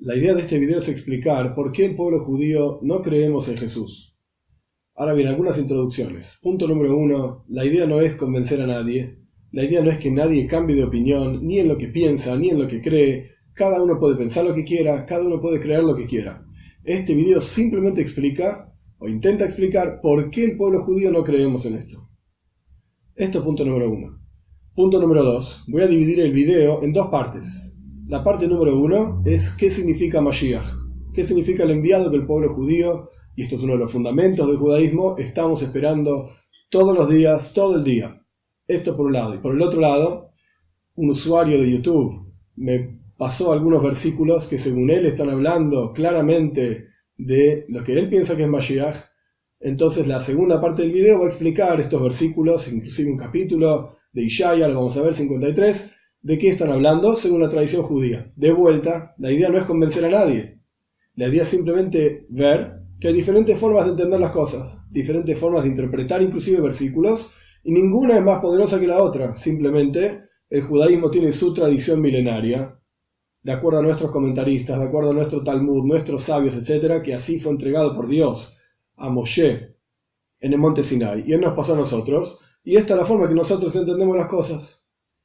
La idea de este video es explicar por qué el pueblo judío no creemos en Jesús. Ahora bien, algunas introducciones. Punto número 1. La idea no es convencer a nadie. La idea no es que nadie cambie de opinión, ni en lo que piensa, ni en lo que cree. Cada uno puede pensar lo que quiera, cada uno puede creer lo que quiera. Este video simplemente explica, o intenta explicar, por qué el pueblo judío no creemos en esto. Esto es punto número 1. Punto número 2. Voy a dividir el video en dos partes. La parte número 1 es qué significa Mashiach, qué significa el enviado que el pueblo judío, y esto es uno de los fundamentos del judaísmo, estamos esperando todos los días, todo el día. Esto por un lado. Y por el otro lado, un usuario de YouTube me pasó algunos versículos que según él están hablando claramente de lo que él piensa que es Mashiach. Entonces la segunda parte del video va a explicar estos versículos, inclusive un capítulo de Ishaya, lo vamos a ver, 53, de qué están hablando según la tradición judía. De vuelta, la idea no es convencer a nadie. La idea es simplemente ver que hay diferentes formas de entender las cosas, diferentes formas de interpretar inclusive versículos, y ninguna es más poderosa que la otra. Simplemente el judaísmo tiene su tradición milenaria, de acuerdo a nuestros comentaristas, de acuerdo a nuestro Talmud, nuestros sabios, etc., que así fue entregado por Dios a Moshe en el monte Sinai, y él nos pasó a nosotros, y esta es la forma que nosotros entendemos las cosas.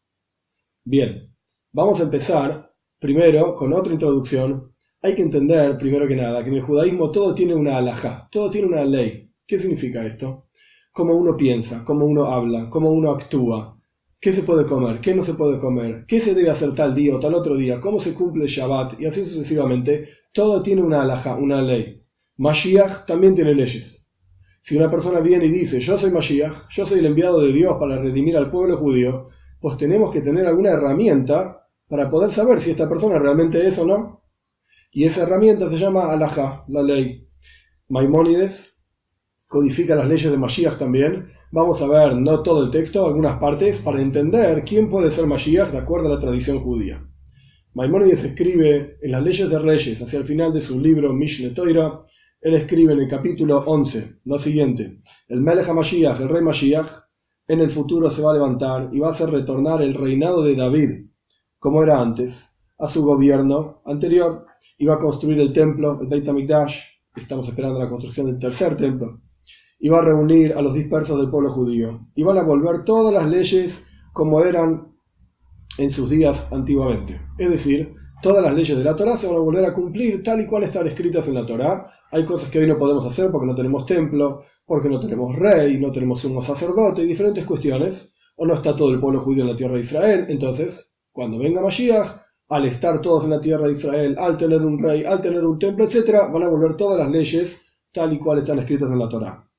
Bien, vamos a empezar primero con otra introducción. Hay que entender, primero que nada, que en el judaísmo todo tiene una halajá, todo tiene una ley. ¿Qué significa esto? Cómo uno piensa, cómo uno habla, cómo uno actúa, qué se puede comer, qué no se puede comer, qué se debe hacer tal día o tal otro día, cómo se cumple el Shabbat, y así sucesivamente. Todo tiene una halajá, una ley. Mashiach también tiene leyes. Si una persona viene y dice, yo soy Mashiach, yo soy el enviado de Dios para redimir al pueblo judío, pues tenemos que tener alguna herramienta para poder saber si esta persona realmente es o no. Y esa herramienta se llama halajá, la ley. Maimónides codifica las leyes de Mashiach también. Vamos a ver, no todo el texto, algunas partes, para entender quién puede ser Mashiach de acuerdo a la tradición judía. Maimónides escribe en las leyes de Reyes, hacia el final de su libro Mishneh Torah, él escribe en el capítulo 11, lo siguiente: el Melech HaMashiach, el rey Mashiach, en el futuro se va a levantar y va a hacer retornar el reinado de David, como era antes, a su gobierno anterior, y va a construir el templo, el Beit HaMikdash. Estamos esperando la construcción del tercer templo, y va a reunir a los dispersos del pueblo judío, y van a volver todas las leyes como eran en sus días antiguamente. Es decir, todas las leyes de la Torá se van a volver a cumplir tal y cual están escritas en la Torá. Hay cosas que hoy no podemos hacer porque no tenemos templo, porque no tenemos rey, no tenemos sumo sacerdote, y diferentes cuestiones, o no está todo el pueblo judío en la tierra de Israel. Entonces, cuando venga Mashiach, al estar todos en la tierra de Israel, al tener un rey, al tener un templo, etc., van a volver todas las leyes tal y cual están escritas en la Torá.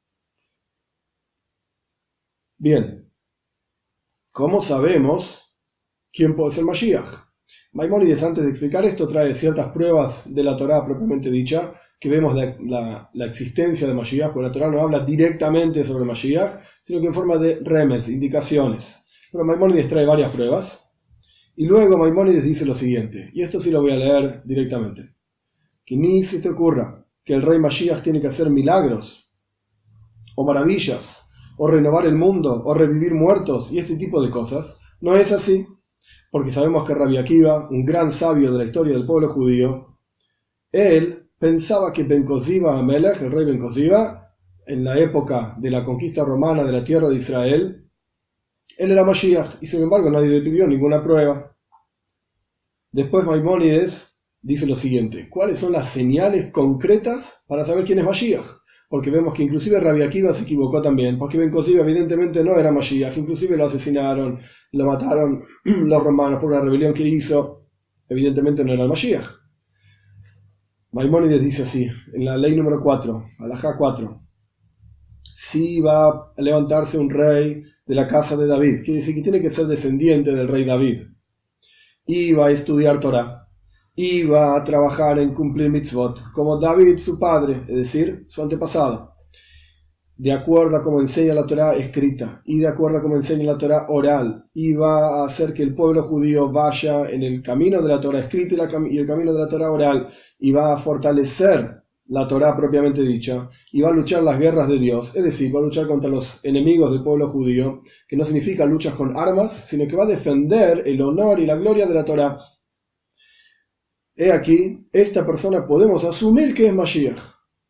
Bien, ¿cómo sabemos quién puede ser Mashiach? Maimónides, antes de explicar esto, trae ciertas pruebas de la Torá propiamente dicha, que vemos la existencia de Mashiach, porque la Torá no habla directamente sobre Mashiach, sino que en forma de remes, indicaciones. Pero Maimónides trae varias pruebas, y luego Maimónides dice lo siguiente, y esto sí lo voy a leer directamente: que ni se te ocurra que el rey Mashiach tiene que hacer milagros, o maravillas, o renovar el mundo, o revivir muertos, y este tipo de cosas. No es así, porque sabemos que Rabbi Akiva, un gran sabio de la historia del pueblo judío, él pensaba que Ben Koziba Amelech, el rey Ben Koziba, en la época de la conquista romana de la tierra de Israel, él era Mashiach, y sin embargo nadie le pidió ninguna prueba. Después Maimónides dice lo siguiente: ¿cuáles son las señales concretas para saber quién es Mashiach? Porque vemos que inclusive Rabbi Akiva se equivocó también, porque Ben Koziba evidentemente no era Mashiach, inclusive lo asesinaron, lo mataron los romanos por una rebelión que hizo, evidentemente no era el Mashiach. Maimónides dice así, en la ley número 4, halajá 4, si va a levantarse un rey de la casa de David, quiere decir que tiene que ser descendiente del rey David, y va a estudiar Torah, y va a trabajar en cumplir mitzvot, como David su padre, es decir, su antepasado, de acuerdo a como enseña la Torah escrita, y de acuerdo a como enseña la Torah oral, y va a hacer que el pueblo judío vaya en el camino de la Torah escrita y el camino de la Torah oral, y va a fortalecer la Torá propiamente dicha, y va a luchar las guerras de Dios, es decir, va a luchar contra los enemigos del pueblo judío, que no significa luchas con armas, sino que va a defender el honor y la gloria de la Torá. He aquí, esta persona podemos asumir que es Mashiach.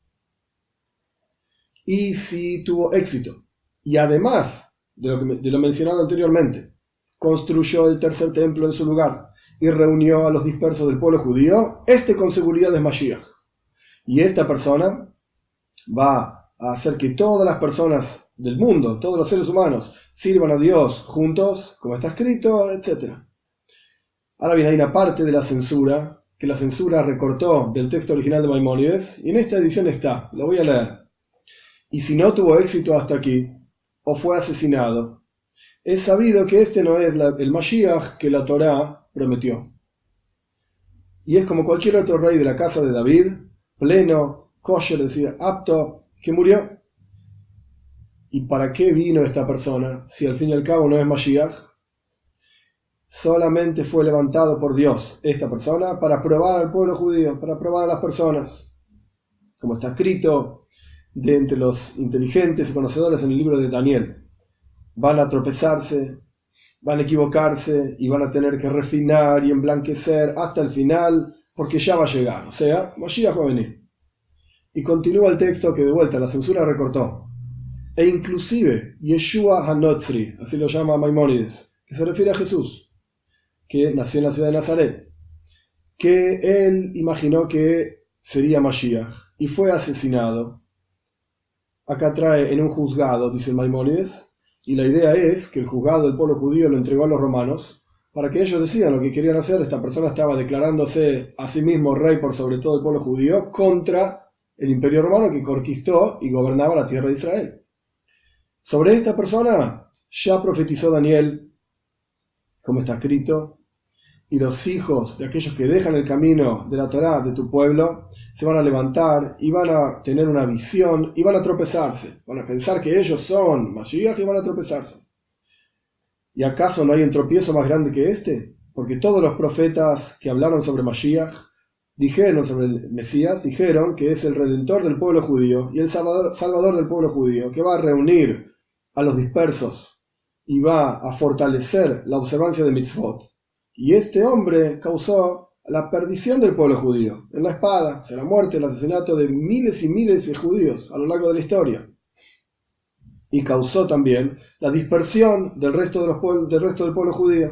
Y si tuvo éxito, y además de lo mencionado anteriormente, construyó el tercer templo en su lugar y reunió a los dispersos del pueblo judío, con seguridad es Mashiach. Y esta persona va a hacer que todas las personas del mundo, todos los seres humanos, sirvan a Dios juntos, como está escrito, etc. Ahora bien, hay una parte de la censura, que la censura recortó del texto original de Maimónides, y en esta edición está, lo voy a leer. Y si no tuvo éxito hasta aquí, o fue asesinado, es sabido que este no es el Mashiach que la Torá prometió. Y es como cualquier otro rey de la casa de David, pleno, kosher, es decir, apto, que murió. ¿Y para qué vino esta persona si al fin y al cabo no es Mashiach? Solamente fue levantado por Dios esta persona para probar al pueblo judío, para probar a las personas. Como está escrito de entre los inteligentes y conocedores en el libro de Daniel. Van a tropezarse, van a equivocarse y van a tener que refinar y emblanquecer hasta el final porque ya va a llegar. O sea, Mashiach va a venir. Y continúa el texto que de vuelta la censura recortó. E inclusive Yeshua HaNotzri, así lo llama Maimónides, que se refiere a Jesús, que nació en la ciudad de Nazaret, que él imaginó que sería Mashiach y fue asesinado. Acá trae en un juzgado, dice Maimónides, y la idea es que el juzgado del pueblo judío lo entregó a los romanos para que ellos decidan lo que querían hacer. Esta persona estaba declarándose a sí mismo rey por sobre todo el pueblo judío contra el imperio romano que conquistó y gobernaba la tierra de Israel. Sobre esta persona ya profetizó Daniel, como está escrito, y los hijos de aquellos que dejan el camino de la Torá de tu pueblo se van a levantar y van a tener una visión y van a tropezarse. Van a pensar que ellos son Mashiach y van a tropezarse. ¿Y acaso no hay un tropiezo más grande que este? Porque todos los profetas que hablaron sobre Mashiach, dijeron sobre el Mesías, dijeron que es el redentor del pueblo judío y el salvador del pueblo judío, que va a reunir a los dispersos y va a fortalecer la observancia de mitzvot. Y este hombre causó la perdición del pueblo judío, en la espada, la muerte, el asesinato de miles y miles de judíos a lo largo de la historia. Y causó también la dispersión del resto del pueblo judío.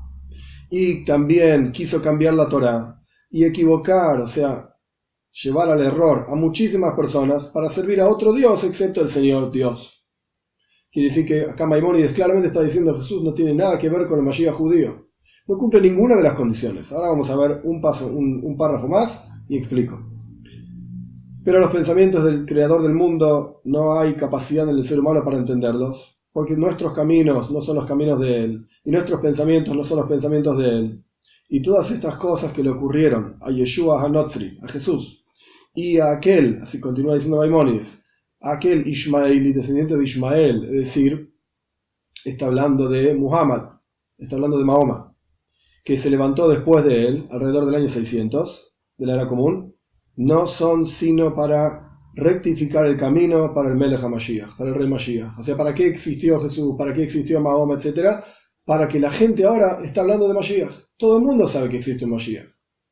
Y también quiso cambiar la Torá y equivocar, o sea, llevar al error a muchísimas personas para servir a otro Dios excepto el Señor Dios. Quiere decir que acá Maimónides claramente está diciendo que Jesús no tiene nada que ver con el Mashiach judío. No cumple ninguna de las condiciones. Ahora vamos a ver un párrafo más y explico. Pero los pensamientos del Creador del mundo no hay capacidad en el ser humano para entenderlos, porque nuestros caminos no son los caminos de Él, y nuestros pensamientos no son los pensamientos de Él. Y todas estas cosas que le ocurrieron a Yeshua HaNotzri, a Jesús, y a aquel, así continúa diciendo Maimónides, a aquel Ishmael y descendiente de Ishmael, es decir, está hablando de Muhammad, está hablando de Mahoma, que se levantó después de él, alrededor del año 600, de la era común, no son sino para rectificar el camino para el Melech HaMashiach, para el Rey Mashiach. O sea, ¿para qué existió Jesús? ¿Para qué existió Mahoma? Etcétera. Para que la gente ahora está hablando de Mashiach. Todo el mundo sabe que existe un Mashiach.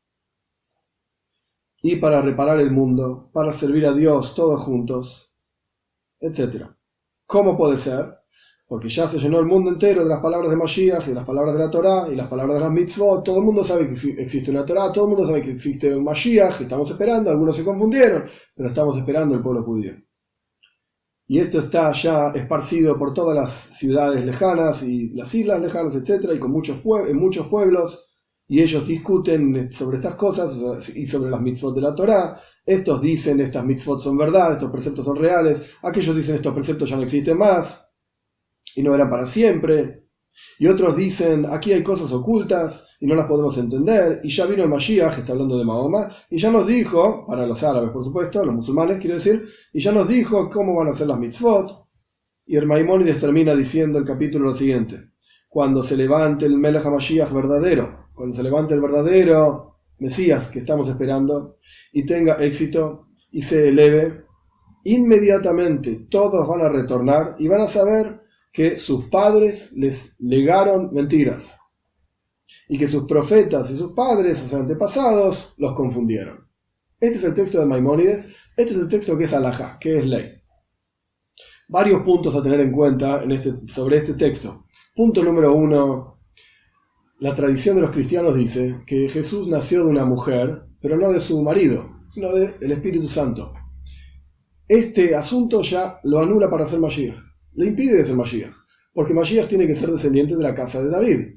Y para reparar el mundo, para servir a Dios todos juntos, etcétera. ¿Cómo puede ser? Porque ya se llenó el mundo entero de las palabras de Mashiach, y las palabras de la Torá, y las palabras de las mitzvot. Todo el mundo sabe que existe una Torá, todo el mundo sabe que existe un Mashiach, estamos esperando, algunos se confundieron, pero estamos esperando el pueblo judío. Y esto está ya esparcido por todas las ciudades lejanas y las islas lejanas, etc., y en muchos pueblos, y ellos discuten sobre estas cosas y sobre las mitzvot de la Torá. Estos dicen, estas mitzvot son verdad, estos preceptos son reales, aquellos dicen, estos preceptos ya no existen más y no eran para siempre, y otros dicen, aquí hay cosas ocultas y no las podemos entender, y ya vino el Mashiach, está hablando de Mahoma, y ya nos dijo, para los árabes por supuesto, los musulmanes quiero decir, y ya nos dijo cómo van a ser las mitzvot. Y el Maimónides termina diciendo el capítulo lo siguiente: cuando se levante el Melech HaMashiach verdadero, cuando se levante el verdadero Mesías que estamos esperando, y tenga éxito y se eleve, inmediatamente todos van a retornar y van a saber que sus padres les legaron mentiras y que sus profetas y sus padres, o sea, antepasados, los confundieron. Este es el texto de Maimónides, este es el texto que es halajá, que es ley. Varios puntos a tener en cuenta sobre este texto. Punto número 1. La tradición de los cristianos dice que Jesús nació de una mujer, pero no de su marido, sino del Espíritu Santo. Este asunto ya lo anula para ser Mashiach. Le impide de ser Mashiach, porque Mashiach tiene que ser descendiente de la casa de David.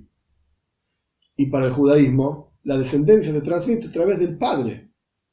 Y para el judaísmo, la descendencia se transmite a través del padre.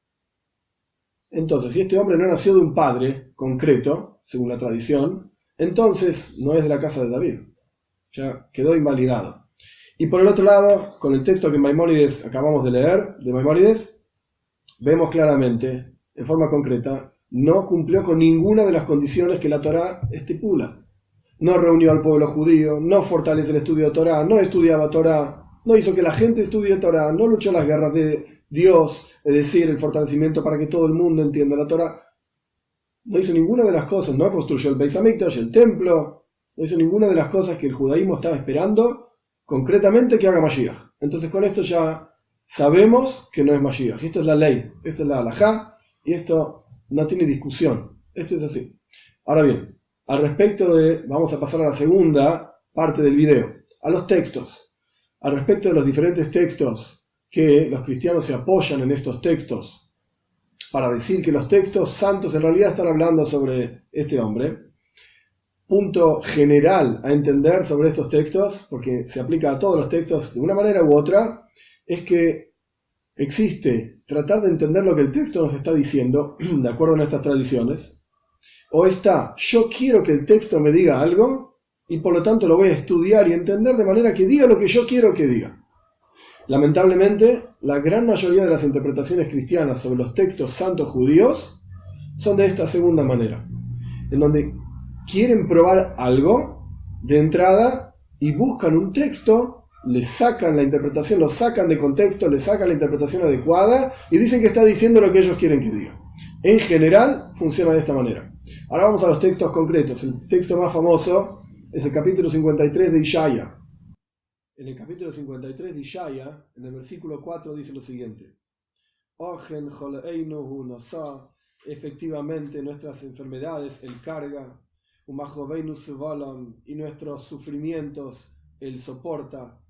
Entonces, si este hombre no nació de un padre concreto, según la tradición, entonces no es de la casa de David. Ya quedó invalidado. Y por el otro lado, con el texto que Maimónides acabamos de leer, de Maimónides, vemos claramente, en forma concreta, no cumplió con ninguna de las condiciones que la Torá estipula. No reunió al pueblo judío, no fortalece el estudio de Torá, no estudiaba Torá, no hizo que la gente estudie Torá, no luchó las guerras de Dios, es decir, el fortalecimiento para que todo el mundo entienda la Torá. No hizo ninguna de las cosas, no construyó el Beis Hamikdash, el templo, no hizo ninguna de las cosas que el judaísmo estaba esperando concretamente que haga Mashiach. Entonces con esto ya sabemos que no es Mashiach. Esto es la ley, esto es la halajá, y esto no tiene discusión. Esto es así. Ahora bien, al respecto vamos a pasar a la segunda parte del video, a los textos. Al respecto de los diferentes textos que los cristianos se apoyan en estos textos para decir que los textos santos en realidad están hablando sobre este hombre. Punto general a entender sobre estos textos, porque se aplica a todos los textos de una manera u otra, es que existe tratar de entender lo que el texto nos está diciendo, de acuerdo a nuestras tradiciones, o está, yo quiero que el texto me diga algo, y por lo tanto lo voy a estudiar y entender de manera que diga lo que yo quiero que diga. Lamentablemente, la gran mayoría de las interpretaciones cristianas sobre los textos santos judíos son de esta segunda manera, en donde quieren probar algo de entrada y buscan un texto, le sacan la interpretación, lo sacan de contexto, le sacan la interpretación adecuada y dicen que está diciendo lo que ellos quieren que diga. En general funciona de esta manera. Ahora vamos a los textos concretos. El texto más famoso es el capítulo 53 de Ishaya. En el capítulo 53 de Ishaya, en el versículo 4 dice lo siguiente: Ojen joleinu hu nosá, efectivamente nuestras enfermedades él carga, y nuestros sufrimientos él soporta,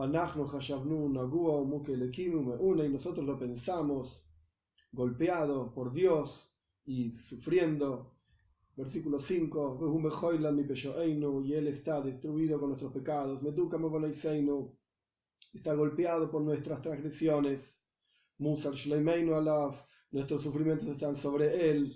y nosotros lo pensamos golpeado por Dios y sufriendo. Versículo 5: y él está destruido con nuestros pecados, está golpeado por nuestras transgresiones, nuestros sufrimientos están sobre él,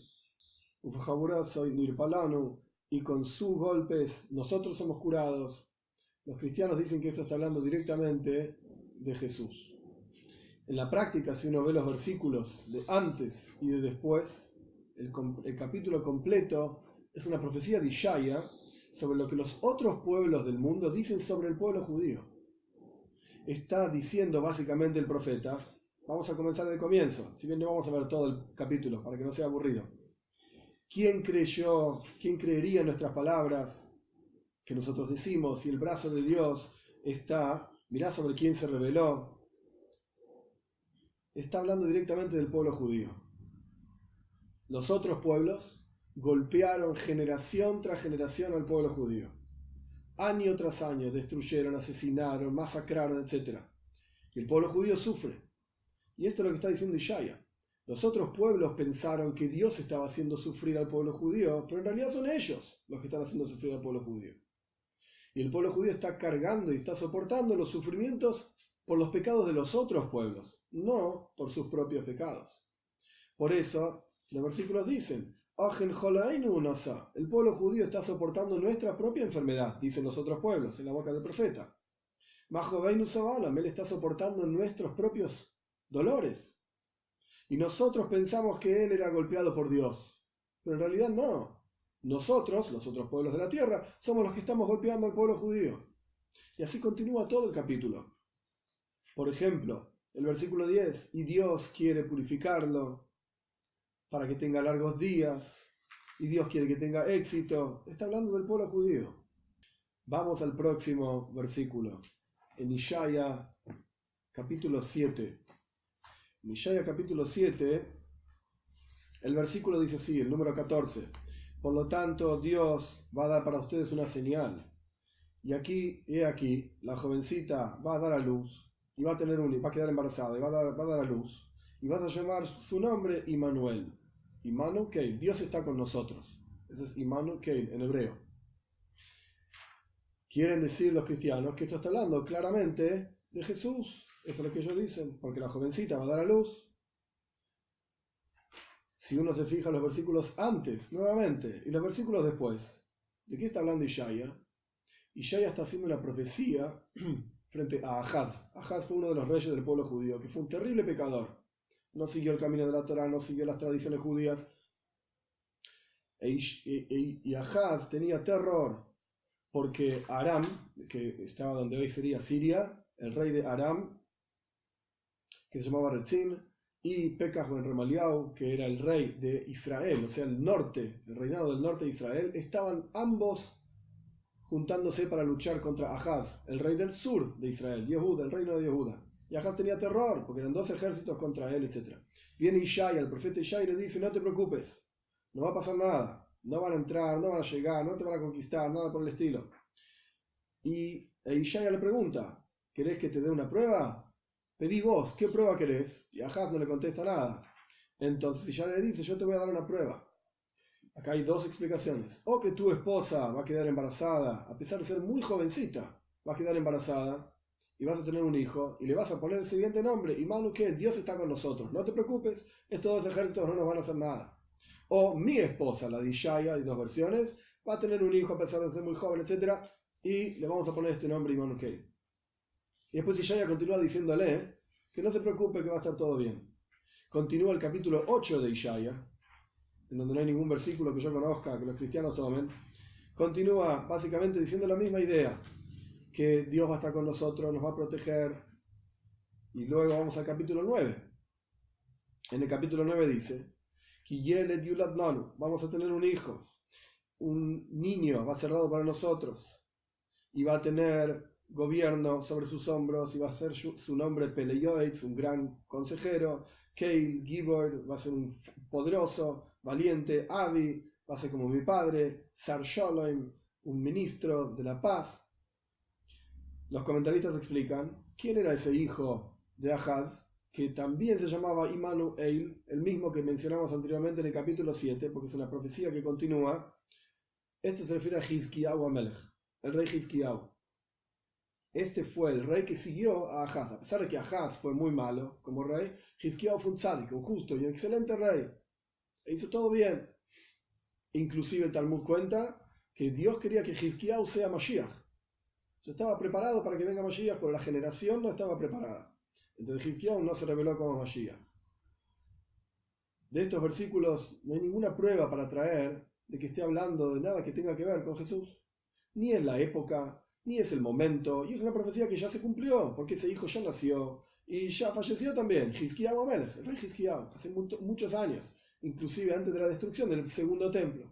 y con sus golpes nosotros somos curados. Los cristianos dicen que esto está hablando directamente de Jesús. En la práctica, si uno ve los versículos de antes y de después, el capítulo completo es una profecía de Ishaya sobre lo que los otros pueblos del mundo dicen sobre el pueblo judío. Está diciendo básicamente el profeta, vamos a comenzar del comienzo, si bien no vamos a ver todo el capítulo para que no sea aburrido. ¿Quién creería en nuestras palabras que nosotros decimos? Si el brazo de Dios está, mirá sobre quién se reveló. Está hablando directamente del pueblo judío. Los otros pueblos golpearon generación tras generación al pueblo judío. Año tras año destruyeron, asesinaron, masacraron, etc. Y el pueblo judío sufre. Y esto es lo que está diciendo Ishaya. Los otros pueblos pensaron que Dios estaba haciendo sufrir al pueblo judío, pero en realidad son ellos los que están haciendo sufrir al pueblo judío. Y el pueblo judío está cargando y está soportando los sufrimientos por los pecados de los otros pueblos, no por sus propios pecados. Por eso, los versículos dicen, el pueblo judío está soportando nuestra propia enfermedad, dicen los otros pueblos, en la boca del profeta. Él está soportando nuestros propios dolores. Y nosotros pensamos que él era golpeado por Dios. Pero en realidad no. Nosotros, los otros pueblos de la tierra, somos los que estamos golpeando al pueblo judío. Y así continúa todo el capítulo. Por ejemplo, el versículo 10, y Dios quiere purificarlo para que tenga largos días, y Dios quiere que tenga éxito. Está hablando del pueblo judío. Vamos al próximo versículo. en Ishaya capítulo 7. En Ishaya capítulo 7, el versículo dice así, el número 14. Por lo tanto, Dios va a dar para ustedes una señal. Y aquí, la jovencita va a dar a luz y va a quedar embarazada y va a dar a luz. Y vas a llamar su nombre Immanuel. Immanuel, Dios está con nosotros. Ese es Immanuel en hebreo. Quieren decir los cristianos que esto está hablando claramente de Jesús. Eso es lo que ellos dicen, porque la jovencita va a dar a luz. Si uno se fija en los versículos antes, nuevamente, y los versículos después, ¿de qué está hablando Ishaya? Ishaya está haciendo una profecía frente a Ahaz. Ahaz fue uno de los reyes del pueblo judío, que fue un terrible pecador. No siguió el camino de la Torá, no siguió las tradiciones judías. Y Ahaz tenía terror porque Aram, que estaba donde hoy sería Siria, el rey de Aram, que se llamaba Rezin, y Pekah ben Remaliau, que era el rey de Israel, o sea, el norte, el reinado del norte de Israel, estaban ambos juntándose para luchar contra Ahaz, el rey del sur de Israel, Yehuda, el reino de Yehuda. Y Ahaz tenía terror, porque eran dos ejércitos contra él, etc. Viene Ishaya, el profeta Ishaya, y le dice, no te preocupes, no va a pasar nada, no van a entrar, no van a llegar, no te van a conquistar, nada por el estilo. Y Ishaya le pregunta, ¿querés que te dé una prueba? Pedí vos, ¿qué prueba querés? Y Ahaz no le contesta nada. Entonces Ishaya le dice, yo te voy a dar una prueba. Acá hay dos explicaciones. O que tu esposa va a quedar embarazada, a pesar de ser muy jovencita, va a quedar embarazada y vas a tener un hijo y le vas a poner el siguiente nombre, Immanuel, Dios está con nosotros, no te preocupes, estos dos ejércitos no nos van a hacer nada. O mi esposa, la de Ishaya, hay dos versiones, va a tener un hijo a pesar de ser muy joven, etc. Y le vamos a poner este nombre, Immanuel. Y después Ishaya continúa diciéndole que no se preocupe, que va a estar todo bien. Continúa el capítulo 8 de Ishaya, en donde no hay ningún versículo que yo conozca, que los cristianos tomen, continúa básicamente diciendo la misma idea, que Dios va a estar con nosotros, nos va a proteger. Y luego vamos al capítulo 9. En el capítulo 9 dice, vamos a tener un hijo, un niño va a ser dado para nosotros, y va a tener gobierno sobre sus hombros, y va a ser su nombre Peleyoetz, un gran consejero, Keil, Gibor, va a ser un poderoso, valiente, Abi, va a ser como mi padre, Sar Shalom, un ministro de la paz. Los comentaristas explican quién era ese hijo de Ahaz, que también se llamaba Immanuel, el mismo que mencionamos anteriormente en el capítulo 7, porque es una profecía que continúa. Esto se refiere a Hizkiyahu Amelech, el rey Hizkiyahu. Este fue el rey que siguió a Ahaz. A pesar de que Ahaz fue muy malo como rey, Hizkiyahu fue un tzadik, un justo y un excelente rey. E hizo todo bien. Inclusive el Talmud cuenta que Dios quería que Hizkiyahu sea Mashiach. Ya estaba preparado para que venga Mashiach, pero la generación no estaba preparada. Entonces Hizkiyahu no se reveló como Mashiach. De estos versículos no hay ninguna prueba para traer de que esté hablando de nada que tenga que ver con Jesús. Ni es la época, ni es el momento, y es una profecía que ya se cumplió, porque ese hijo ya nació y ya falleció también, Hizkiyahu Amelech, el rey Hizkiyahu, hace muchos años, inclusive antes de la destrucción del segundo templo.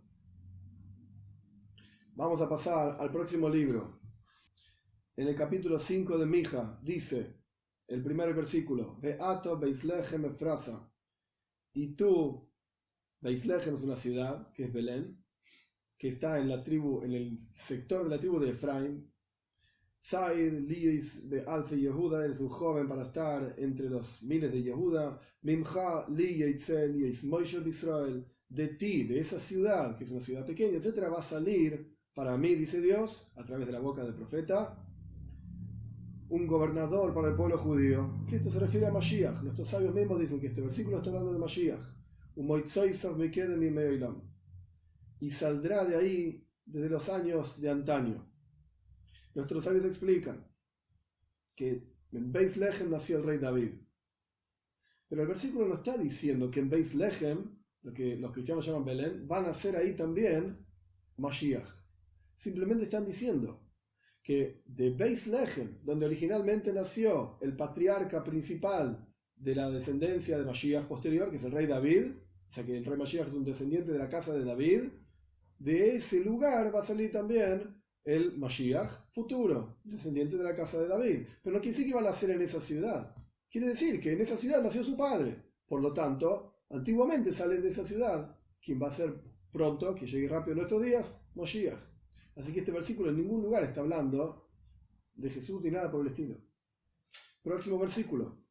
Vamos a pasar al próximo libro. En el capítulo 5 de Mija dice, el primer versículo, Beato Beislechem Efrasa, y tú, Beislechem es una ciudad, que es Belén, que está en el sector de la tribu de Efraín. Zair Liis de Alfe Yehuda, eres un joven para estar entre los miles de Yehuda. Mimcha Li Yeitzel Yeis Moishe de Israel, de ti, de esa ciudad, que es una ciudad pequeña, etcétera, va a salir para mí, dice Dios, a través de la boca del profeta, un gobernador para el pueblo judío, que esto se refiere a Mashiach. Nuestros sabios mismos dicen que este versículo está hablando de Mashiach. Y saldrá de ahí desde los años de antaño. Nuestros sabios explican que en Beis Lechem nació el rey David. Pero el versículo no está diciendo que en Beis Lechem, lo que los cristianos llaman Belén, van a nacer ahí también Mashiach. Simplemente están diciendo que de Beis Lechem, donde originalmente nació el patriarca principal de la descendencia de Mashiach posterior, que es el rey David, o sea que el rey Mashiach es un descendiente de la casa de David, de ese lugar va a salir también el Mashiach futuro, descendiente de la casa de David. Pero no quiere decir que van a nacer en esa ciudad. Quiere decir que en esa ciudad nació su padre. Por lo tanto, antiguamente salen de esa ciudad. Quien va a ser pronto, que llegue rápido en nuestros días, Mashiach. Así que este versículo en ningún lugar está hablando de Jesús ni nada por el estilo. Próximo versículo.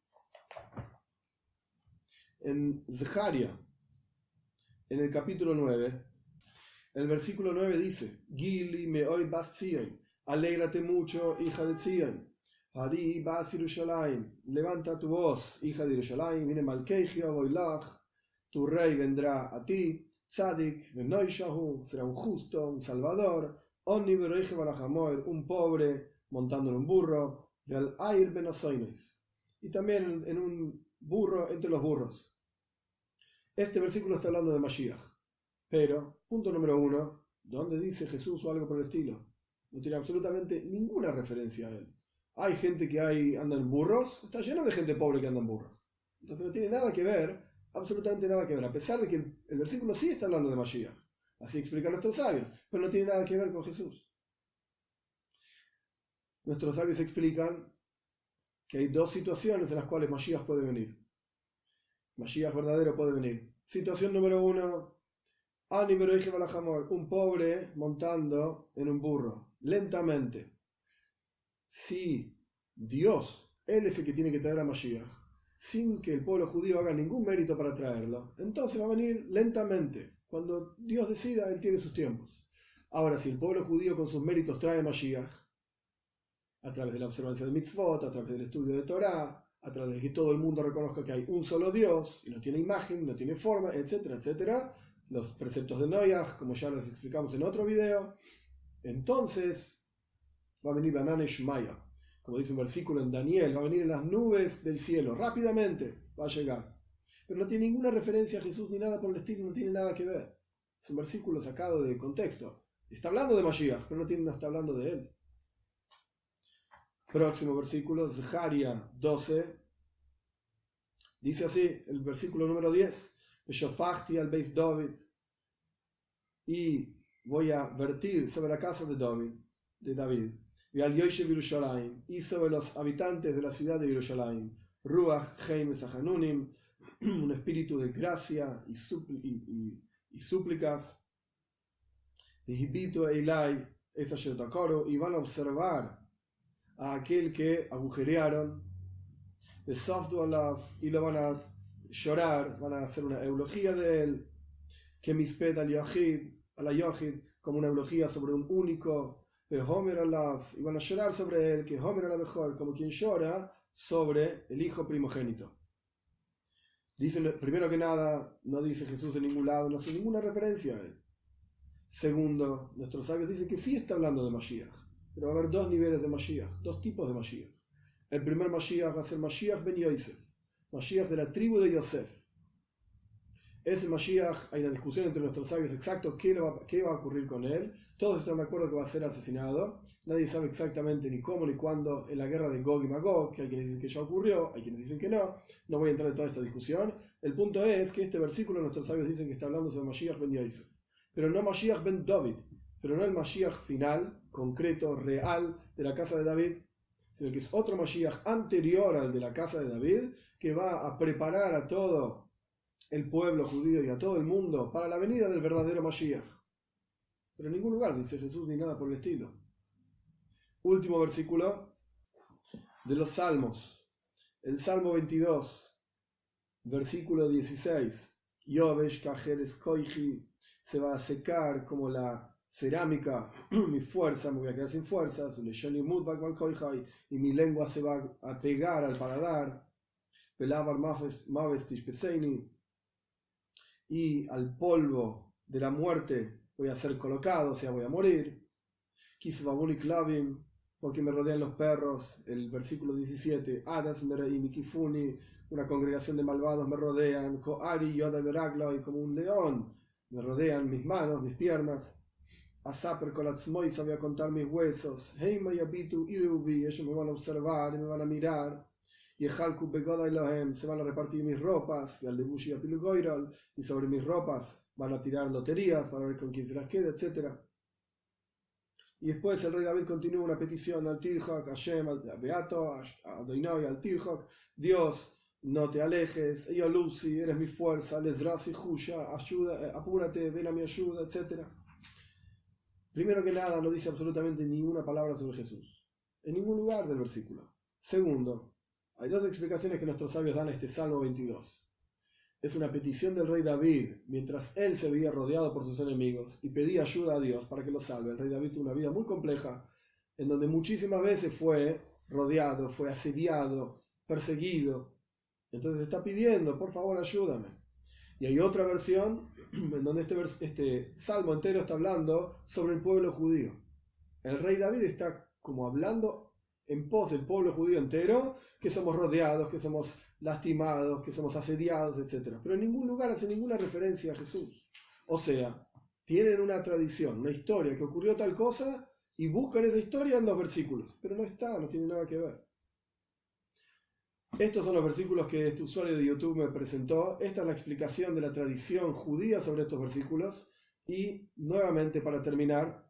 En Zecharia, en el capítulo 9, el versículo 9 dice: Gili me'oid bas Tzion, alégrate mucho, hija de Tzion. Hari bas Yerushalayim, levanta tu voz, hija de Yerushalayim, viene Malkeijia Boilach, tu rey vendrá a ti, Tzadik Benoishahu, será un justo, un salvador, Onni Beroije Barajamoir, un pobre montando en un burro, Veal Air Benosoines, y también en un burro entre los burros. Este versículo está hablando de Mashiach, pero, punto número 1, ¿dónde dice Jesús o algo por el estilo? No tiene absolutamente ninguna referencia a él. Hay gente que anda en burros, está lleno de gente pobre que anda en burros. Entonces no tiene nada que ver, absolutamente nada que ver, a pesar de que el versículo sí está hablando de Mashiach. Así explican nuestros sabios, pero no tiene nada que ver con Jesús. Nuestros sabios explican que hay dos situaciones en las cuales Mashiach puede venir. Mashiach verdadero puede venir. Situación número 1, Ani Beroije Balajamor, un pobre montando en un burro, lentamente. Si Dios, Él es el que tiene que traer a Mashiach, sin que el pueblo judío haga ningún mérito para traerlo, entonces va a venir lentamente. Cuando Dios decida, Él tiene sus tiempos. Ahora, si el pueblo judío con sus méritos trae a Mashiach, a través de la observancia de mitzvot, a través del estudio de Torah, a través de que todo el mundo reconozca que hay un solo Dios, y no tiene imagen, no tiene forma, etcétera, etcétera, los preceptos de Noach, como ya les explicamos en otro video, entonces va a venir Banane Shmaya, como dice un versículo en Daniel, va a venir en las nubes del cielo, rápidamente va a llegar. Pero no tiene ninguna referencia a Jesús ni nada por el estilo, no tiene nada que ver. Es un versículo sacado de contexto. Está hablando de Mashiach, pero no está hablando de él. Próximo versículo, Zecharia 12. Dice así, el versículo número 10. Shofachti al Beis David. Y voy a vertir sobre la casa de David. Y al Yoshev Yerushalayim. Y sobre los habitantes de la ciudad de Yerushalayim. Ruach Heim Sahanunim. Un espíritu de gracia y súplicas. Y Hibito Eilai esa Shetokoro. Y van a observar a aquel que agujerearon, y lo van a llorar, van a hacer una eulogía de él, que misped al Yahid, a la Yahid, como una eulogía sobre un único, y van a llorar sobre él, que Homer a la mejor, como quien llora sobre el hijo primogénito. Dice, primero que nada, no dice Jesús en ningún lado, no hace ninguna referencia a él. Segundo, nuestros sabios dicen que sí está hablando de Mashiach. Pero va a haber dos niveles de Mashiach, dos tipos de Mashiach. El primer Mashiach va a ser Mashiach ben Yosef, Mashiach de la tribu de Yosef. Ese Mashiach, hay una discusión entre nuestros sabios exacto qué va a ocurrir con él. Todos están de acuerdo que va a ser asesinado. Nadie sabe exactamente ni cómo ni cuándo en la guerra de Gog y Magog, que hay quienes dicen que ya ocurrió, hay quienes dicen que no. No voy a entrar en toda esta discusión. El punto es que este versículo nuestros sabios dicen que está hablando sobre Mashiach ben Yosef. Pero no Mashiach ben David, pero no el Mashiach final, concreto, real, de la casa de David, sino que es otro Mashiach anterior al de la casa de David, que va a preparar a todo el pueblo judío y a todo el mundo para la venida del verdadero Mashiach. Pero en ningún lugar dice Jesús ni nada por el estilo. Último versículo de los Salmos. El Salmo 22, versículo 16. Yovesh kajeres koichi, se va a secar como la cerámica, mi fuerza, me voy a quedar sin fuerzas, y mi lengua se va a pegar al paladar, y al polvo de la muerte voy a ser colocado, o sea, voy a morir, porque me rodean los perros, el versículo 17, una congregación de malvados me rodean, y como un león me rodean mis manos, mis piernas. Asaper kolatzmoy, sabía contar mis huesos. Heima y abitu irubi, ellos me van a observar y me van a mirar. Y ejalku begoda Elohem, se van a repartir mis ropas. Y al debushi apilugoiral, y sobre mis ropas van a tirar loterías para ver con quién se las queda, etc. Y después el rey David continúa una petición al Tirhok, Hashem, al Beato, Adonai, al Tirhok, Dios, no te alejes, yo Lucy, eres mi fuerza, Lesrasi Jusha, ayuda, apúrate, ven a mi ayuda, etc. Primero que nada, no dice absolutamente ninguna palabra sobre Jesús, en ningún lugar del versículo. Segundo, hay dos explicaciones que nuestros sabios dan a este Salmo 22. Es una petición del rey David, mientras él se veía rodeado por sus enemigos y pedía ayuda a Dios para que lo salve. El rey David tuvo una vida muy compleja, en donde muchísimas veces fue rodeado, fue asediado, perseguido. Entonces está pidiendo, por favor, ayúdame. Y hay otra versión en donde este salmo entero está hablando sobre el pueblo judío. El rey David está como hablando en pos del pueblo judío entero, que somos rodeados, que somos lastimados, que somos asediados, etc. Pero en ningún lugar hace ninguna referencia a Jesús. O sea, tienen una tradición, una historia que ocurrió tal cosa y buscan esa historia en los versículos, pero no está, no tiene nada que ver. Estos son los versículos que este usuario de YouTube me presentó. Esta es la explicación de la tradición judía sobre estos versículos. Y nuevamente para terminar,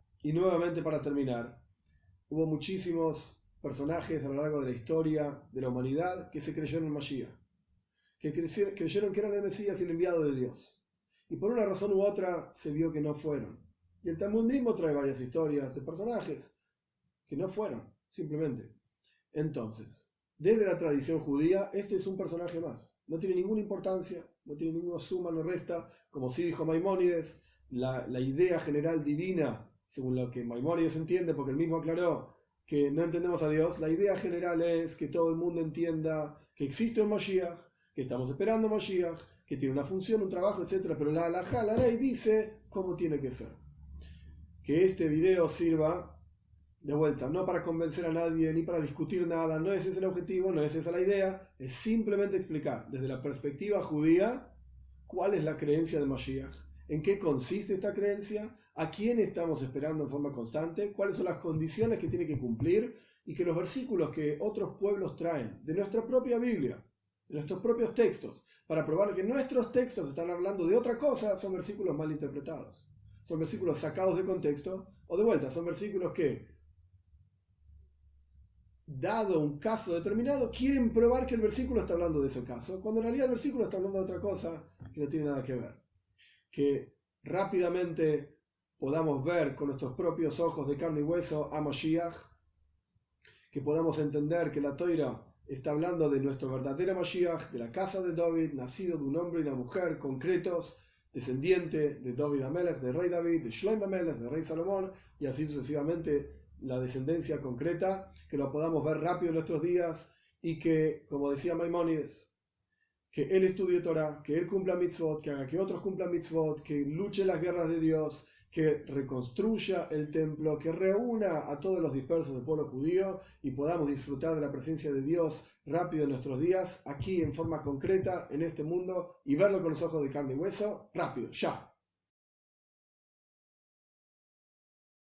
hubo muchísimos personajes a lo largo de la historia de la humanidad que se creyeron en Mashiach, que creyeron que eran el Mesías y el enviado de Dios. Y por una razón u otra se vio que no fueron. Y el Talmud mismo trae varias historias de personajes que no fueron, simplemente. Entonces, desde la tradición judía, este es un personaje más. No tiene ninguna importancia, no tiene ninguna suma, no resta. Como sí dijo Maimónides, la idea general divina, según lo que Maimónides entiende, porque él mismo aclaró que no entendemos a Dios, la idea general es que todo el mundo entienda que existe un Mashiach, que estamos esperando un Mashiach, que tiene una función, un trabajo, etc. Pero la halajá, la ley dice cómo tiene que ser. Que este video sirva, de vuelta, no para convencer a nadie, ni para discutir nada, no es ese el objetivo, no es esa la idea, es simplemente explicar desde la perspectiva judía cuál es la creencia de Mashiach, en qué consiste esta creencia, a quién estamos esperando en forma constante, cuáles son las condiciones que tiene que cumplir, y que los versículos que otros pueblos traen de nuestra propia Biblia, de nuestros propios textos, para probar que nuestros textos están hablando de otra cosa, son versículos mal interpretados. Son versículos sacados de contexto, o de vuelta, son versículos que, dado un caso determinado, quieren probar que el versículo está hablando de ese caso, cuando en realidad el versículo está hablando de otra cosa que no tiene nada que ver. Que rápidamente podamos ver con nuestros propios ojos de carne y hueso a Mashiach, que podamos entender que la Toira está hablando de nuestro verdadero Mashiach, de la casa de David, nacido de un hombre y una mujer concretos, descendiente de David Amelech, de rey David, de Shlomo Amelech, de rey Salomón, y así sucesivamente la descendencia concreta, que lo podamos ver rápido en nuestros días, y que, como decía Maimónides, que él estudie Torah, que él cumpla mitzvot, que haga que otros cumplan mitzvot, que luche las guerras de Dios, que reconstruya el templo, que reúna a todos los dispersos del pueblo judío y podamos disfrutar de la presencia de Dios rápido en nuestros días, aquí en forma concreta, en este mundo, y verlo con los ojos de carne y hueso, rápido, ya.